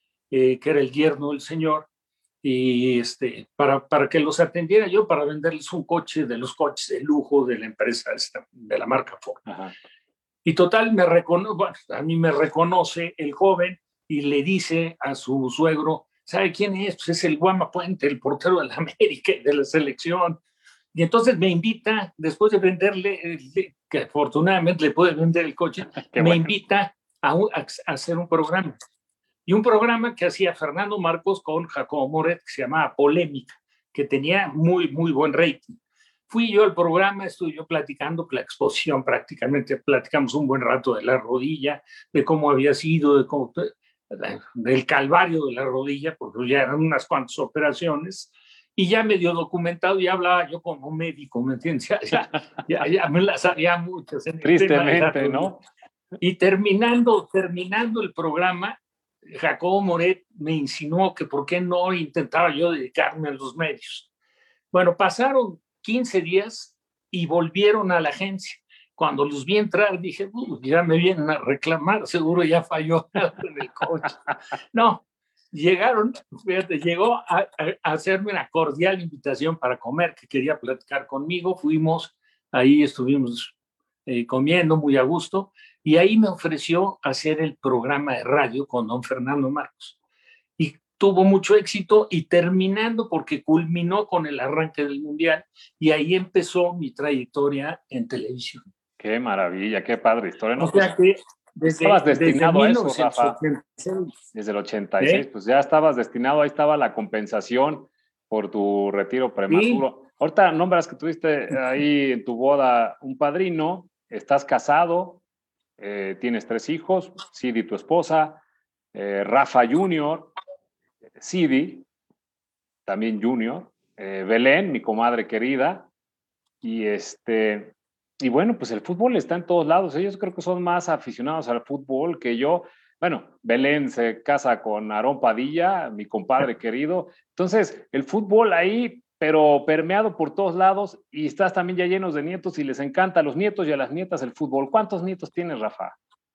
eh, que era el yerno del señor, y este, para, para que los atendiera yo, para venderles un coche de los coches de lujo de la empresa esta, de la marca Ford. Ajá. Y total, me recono, bueno, a mí me reconoce el joven y le dice a su suegro, ¿sabe quién es? Pues es el Guama Puente, el portero de la América, de la selección. Y entonces me invita, después de venderle, que afortunadamente le puede vender el coche, me bueno. invita a, un, a, a hacer un programa. Y un programa que hacía Fernando Marcos con Jacobo Moret, que se llamaba Polémica, que tenía muy, muy buen rating. Fui yo al programa, estuve yo platicando la exposición, prácticamente platicamos un buen rato de la rodilla, de cómo había sido, de cómo, del calvario de la rodilla, porque ya eran unas cuantas operaciones, y ya medio documentado, ya hablaba yo como médico, ¿me entiendes? Ya, ya, ya, ya me las sabía muchas. En Tristemente, el ¿no? Y terminando, terminando el programa, Jacobo Moret me insinuó que por qué no intentaba yo dedicarme a los medios. Bueno, pasaron quince días y volvieron a la agencia. Cuando los vi entrar, dije, uh, ya me vienen a reclamar, seguro ya falló algo en el coche. No, llegaron, fíjate, llegó a, a, a hacerme una cordial invitación para comer, que quería platicar conmigo. Fuimos, ahí estuvimos eh, comiendo muy a gusto, y ahí me ofreció hacer el programa de radio con don Fernando Marcos. Y tuvo mucho éxito, y terminando, porque culminó con el arranque del Mundial, y ahí empezó mi trayectoria en televisión. Qué maravilla, qué padre historia. ¿No? O sea que desde, estabas destinado desde a eso, Rafa. Desde el ochenta y seis, ¿eh? Pues ya estabas destinado, ahí estaba la compensación por tu retiro prematuro. Sí. Ahorita nombras que tuviste ahí en tu boda un padrino, estás casado, eh, tienes tres hijos, Sidi, tu esposa, eh, Rafa Junior, Sidi, también Junior, eh, Belén, mi comadre querida, y este... Y bueno, pues el fútbol está en todos lados. Ellos creo que son más aficionados al fútbol que yo. Bueno, Belén se casa con Aarón Padilla, mi compadre querido. Entonces, el fútbol ahí, pero permeado por todos lados, y estás también ya llenos de nietos y les encanta a los nietos y a las nietas el fútbol. ¿Cuántos nietos tienes, Rafa?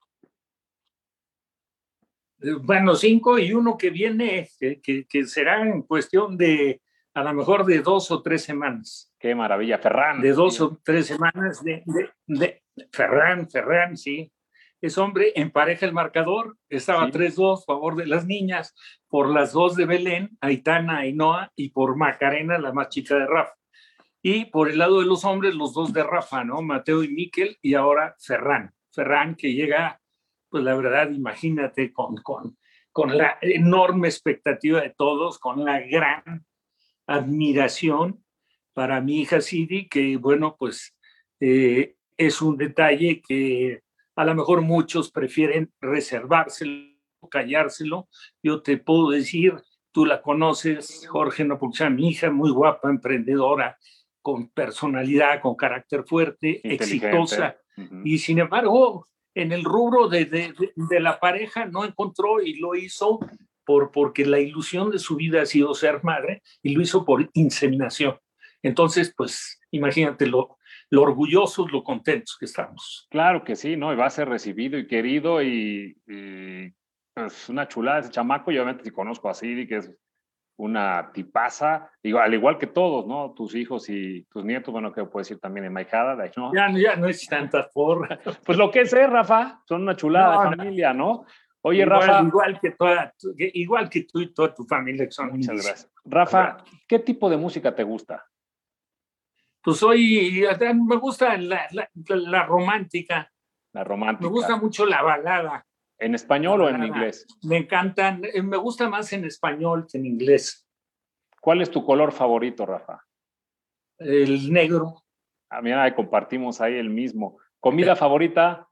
Bueno, cinco, y uno que viene, que, que, que será en cuestión de, a lo mejor de dos o tres semanas. Qué maravilla, Ferran. De dos sí. o tres semanas de, de, de Ferran, Ferran, sí. Es hombre, empareja el marcador, estaba sí. tres dos, favor de las niñas, por las dos de Belén, Aitana, Ainhoa, y por Macarena, la más chica de Rafa. Y por el lado de los hombres, los dos de Rafa, ¿no? Mateo y Miquel, y ahora Ferran. Ferran, que llega, pues la verdad, imagínate, con, con, con la enorme expectativa de todos, con la gran admiración para mi hija Sidi, que bueno, pues eh, es un detalle que a lo mejor muchos prefieren reservárselo, callárselo. Yo te puedo decir, tú la conoces, Jorge Nopucha, mi hija, muy guapa, emprendedora, con personalidad, con carácter fuerte, exitosa, uh-huh. Y sin embargo, en el rubro de, de, de la pareja no encontró, y lo hizo por, porque la ilusión de su vida ha sido ser madre, y lo hizo por inseminación. Entonces, pues, imagínate lo, lo orgullosos, lo contentos que estamos. Claro que sí, ¿no? Y va a ser recibido y querido, y, y pues una chulada ese chamaco. Y obviamente si conozco a Sidi, que es una tipaza, digo, al igual que todos, ¿no? Tus hijos y tus nietos, bueno, que puedes decir también en Maijada, ¿no? Ya, ya no es tanta porra. Pues lo que es, ¿eh, Rafa? Son una chulada no, de familia, ¿no? Oye, igual, Rafa. Igual que, toda, igual que tú y toda tu familia. Son muchas gracias. Rafa, ¿qué tipo de música te gusta? Pues hoy me gusta la, la, la romántica. La romántica. Me gusta mucho la balada. ¿En español o en inglés? Me encantan, me gusta más en español que en inglés. ¿Cuál es tu color favorito, Rafa? El negro. Ah, mira, compartimos ahí el mismo. ¿Comida favorita?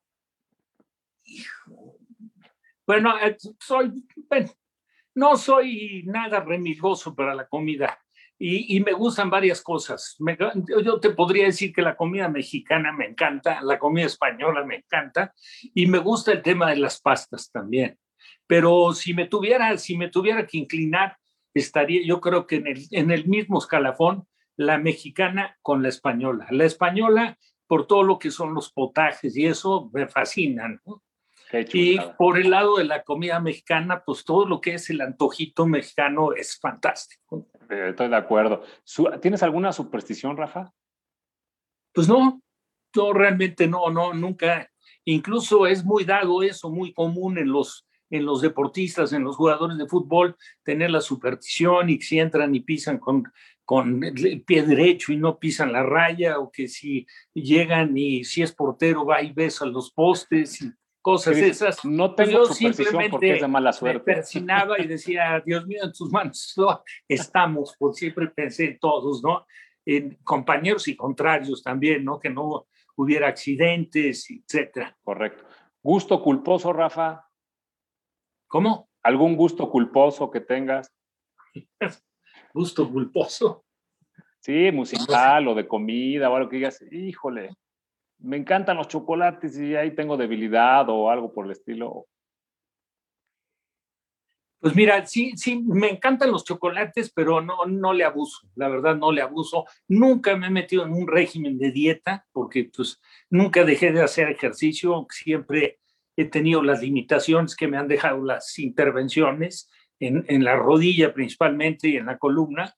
Bueno, soy, bueno, no soy nada remilgoso para la comida. Y, y me gustan varias cosas. Me, yo te podría decir que la comida mexicana me encanta, la comida española me encanta, y me gusta el tema de las pastas también. Pero si me tuviera, si me tuviera que inclinar, estaría yo creo que en el, en el mismo escalafón, la mexicana con la española. La española, por todo lo que son los potajes y eso, me fascinan, ¿no? Y por el lado de la comida mexicana, pues todo lo que es el antojito mexicano es fantástico. Estoy de acuerdo. ¿Tienes alguna superstición, Rafa? Pues no, no, realmente no, no, nunca. Incluso es muy dado eso, muy común en los, en los deportistas, en los jugadores de fútbol, tener la superstición, y si entran y pisan con, con el pie derecho y no pisan la raya, o que si llegan y si es portero va y besa los postes y cosas dices, esas. No tengo pues superstición porque es de mala suerte. Me persinaba y decía, Dios mío, en tus manos no, estamos, por siempre pensé en todos, ¿no? En compañeros y contrarios también, ¿no? Que no hubiera accidentes, etcétera. Correcto. ¿Gusto culposo, Rafa? ¿Cómo? ¿Algún gusto culposo que tengas? ¿Gusto culposo? Sí, musical o de comida o algo que digas, híjole, me encantan los chocolates y ahí tengo debilidad o algo por el estilo. Pues mira, sí, sí, me encantan los chocolates, pero no, no le abuso, la verdad no le abuso. Nunca me he metido en un régimen de dieta porque pues nunca dejé de hacer ejercicio, siempre he tenido las limitaciones que me han dejado las intervenciones en, en la rodilla principalmente y en la columna,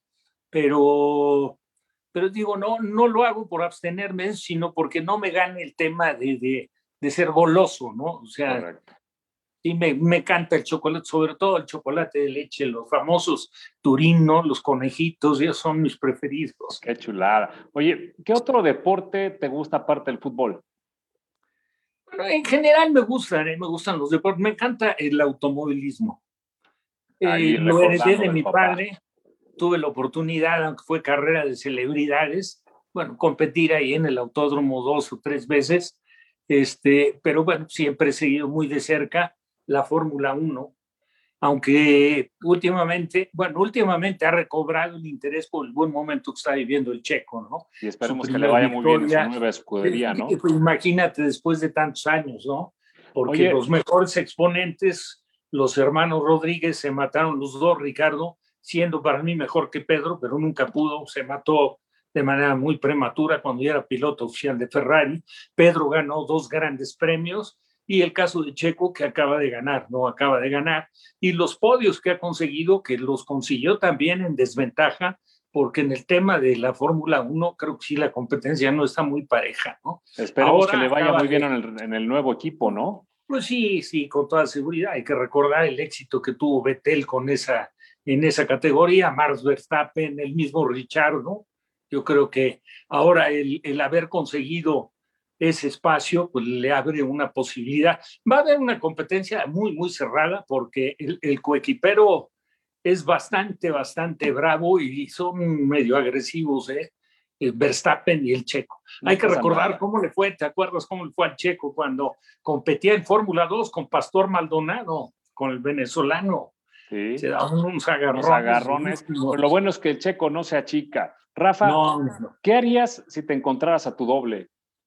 pero, pero digo, no, no lo hago por abstenerme, sino porque no me gane el tema de, de, de ser goloso, ¿no? O sea, Correcto. y me, me encanta el chocolate, sobre todo el chocolate de leche, los famosos Turín, ¿no? Los conejitos, esos son mis preferidos. Qué chulada. Oye, ¿qué otro deporte te gusta aparte del fútbol? Bueno, en general me gustan, ¿eh? Me gustan los deportes, me encanta el automovilismo. Eh, Ahí lo heredé recordando de del mi papá. padre, tuve la oportunidad, aunque fue carrera de celebridades, bueno, competir ahí en el autódromo dos o tres veces, este, pero bueno, siempre he seguido muy de cerca la Fórmula Uno, aunque últimamente, bueno, últimamente ha recobrado el interés por el buen momento que está viviendo el Checo, ¿no? Y Su esperemos que le primera vaya muy bien en su victoria, nueva eh, escudería, eh, ¿no? pues imagínate después de tantos años, ¿no? Porque Oye, los mejores exponentes, los hermanos Rodríguez, se mataron los dos, Ricardo, siendo para mí mejor que Pedro, pero nunca pudo, se mató de manera muy prematura cuando ya era piloto oficial de Ferrari. Pedro ganó dos grandes premios y el caso de Checo que acaba de ganar, ¿no? Acaba de ganar y los podios que ha conseguido, que los consiguió también en desventaja, porque en el tema de la Fórmula Uno creo que sí la competencia no está muy pareja, ¿no? esperemos que Ahora le vaya acaba muy bien de, en el, en el nuevo equipo, ¿no? pues sí, sí, con toda seguridad, hay que recordar el éxito que tuvo Vettel con esa, en esa categoría, Max Verstappen, el mismo Richard, ¿no? Yo creo que ahora el, el haber conseguido ese espacio, pues le abre una posibilidad. Va a haber una competencia muy, muy cerrada porque el, el coequipero es bastante, bastante bravo y son medio agresivos, ¿eh? El Verstappen y el Checo. No Hay que pasa recordar nada. cómo le fue, ¿te acuerdas cómo le fue al Checo cuando competía en Fórmula dos con Pastor Maldonado, con el venezolano? Se Sí, daban unos unos agarrones agarrones. Pero lo durísimos. bueno es que el Checo no se achica. Rafa, No, no. ¿qué harías si te encontraras a tu doble?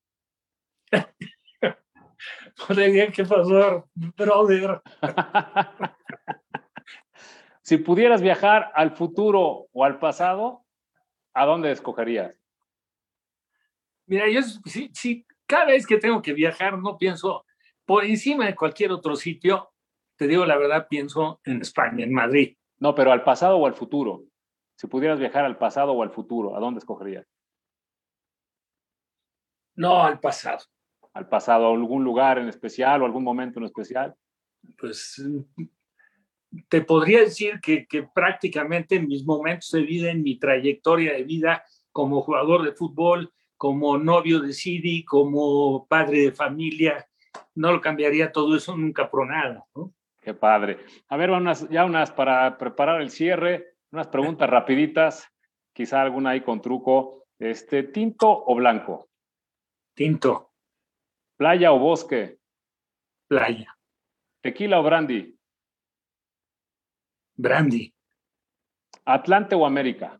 Podría que pasar, brother. Si pudieras viajar al futuro o al pasado, ¿a dónde escogerías? Mira, yo sí, sí, cada vez que tengo que viajar, no pienso por encima de cualquier otro sitio. Te digo la verdad, pienso en España, en Madrid. No, pero al pasado o al futuro. Si pudieras viajar al pasado o al futuro, ¿a dónde escogerías? No, al pasado. ¿Al pasado, a algún lugar en especial o algún momento en especial? Pues te podría decir que, que prácticamente en mis momentos de vida, en mi trayectoria de vida como jugador de fútbol, como novio de Sidi, como padre de familia, no lo cambiaría todo eso nunca por nada, ¿no? Qué padre. A ver, unas, ya unas para preparar el cierre, unas preguntas rapiditas, quizá alguna ahí con truco. Este, ¿tinto o blanco? Tinto, ¿Playa o bosque? playa, ¿Tequila o brandy? brandy ¿Atlante o América?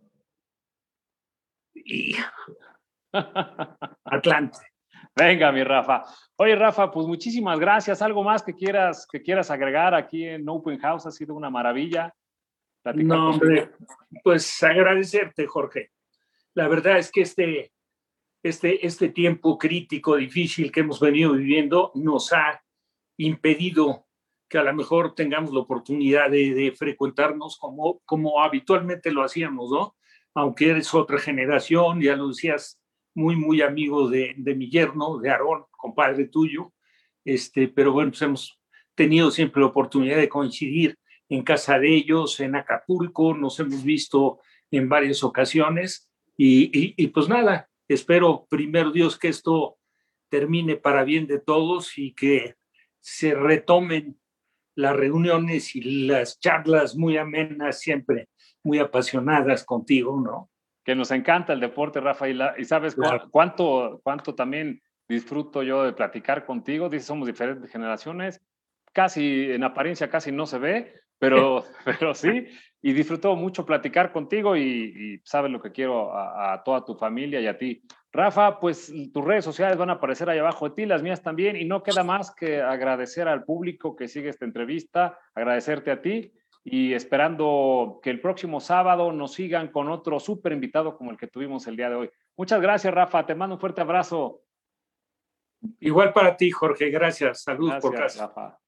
y Atlante. Venga, mi Rafa. Oye, Rafa, pues muchísimas gracias. ¿Algo más que quieras, que quieras agregar aquí en Open House? Ha sido una maravilla platicar No, contigo. hombre, pues agradecerte, Jorge. La verdad es que este, este, este tiempo crítico, difícil que hemos venido viviendo nos ha impedido que a lo mejor tengamos la oportunidad de, de frecuentarnos como, como habitualmente lo hacíamos, ¿no? Aunque eres otra generación, ya lo decías, muy, muy amigo de, de mi yerno, de Aarón, compadre tuyo, este, pero bueno, pues hemos tenido siempre la oportunidad de coincidir en casa de ellos, en Acapulco, nos hemos visto en varias ocasiones y, y, y pues nada, espero primero Dios que esto termine para bien de todos y que se retomen las reuniones y las charlas muy amenas, siempre muy apasionadas contigo, ¿no? Que nos encanta el deporte, Rafa, y, la, y sabes cu Claro. cuánto, cuánto también disfruto yo de platicar contigo. Dices, somos diferentes generaciones, casi en apariencia casi no se ve, pero, pero sí, y disfruto mucho platicar contigo y, y sabes lo que quiero a, a toda tu familia y a ti. Rafa, pues tus redes sociales van a aparecer ahí abajo de ti, las mías también, y no queda más que agradecer al público que sigue esta entrevista, agradecerte a ti y esperando que el próximo sábado nos sigan con otro súper invitado como el que tuvimos el día de hoy. Muchas gracias, Rafa. Te mando un fuerte abrazo. Igual para ti, Jorge. Gracias. Salud Gracias, por casa. Rafa.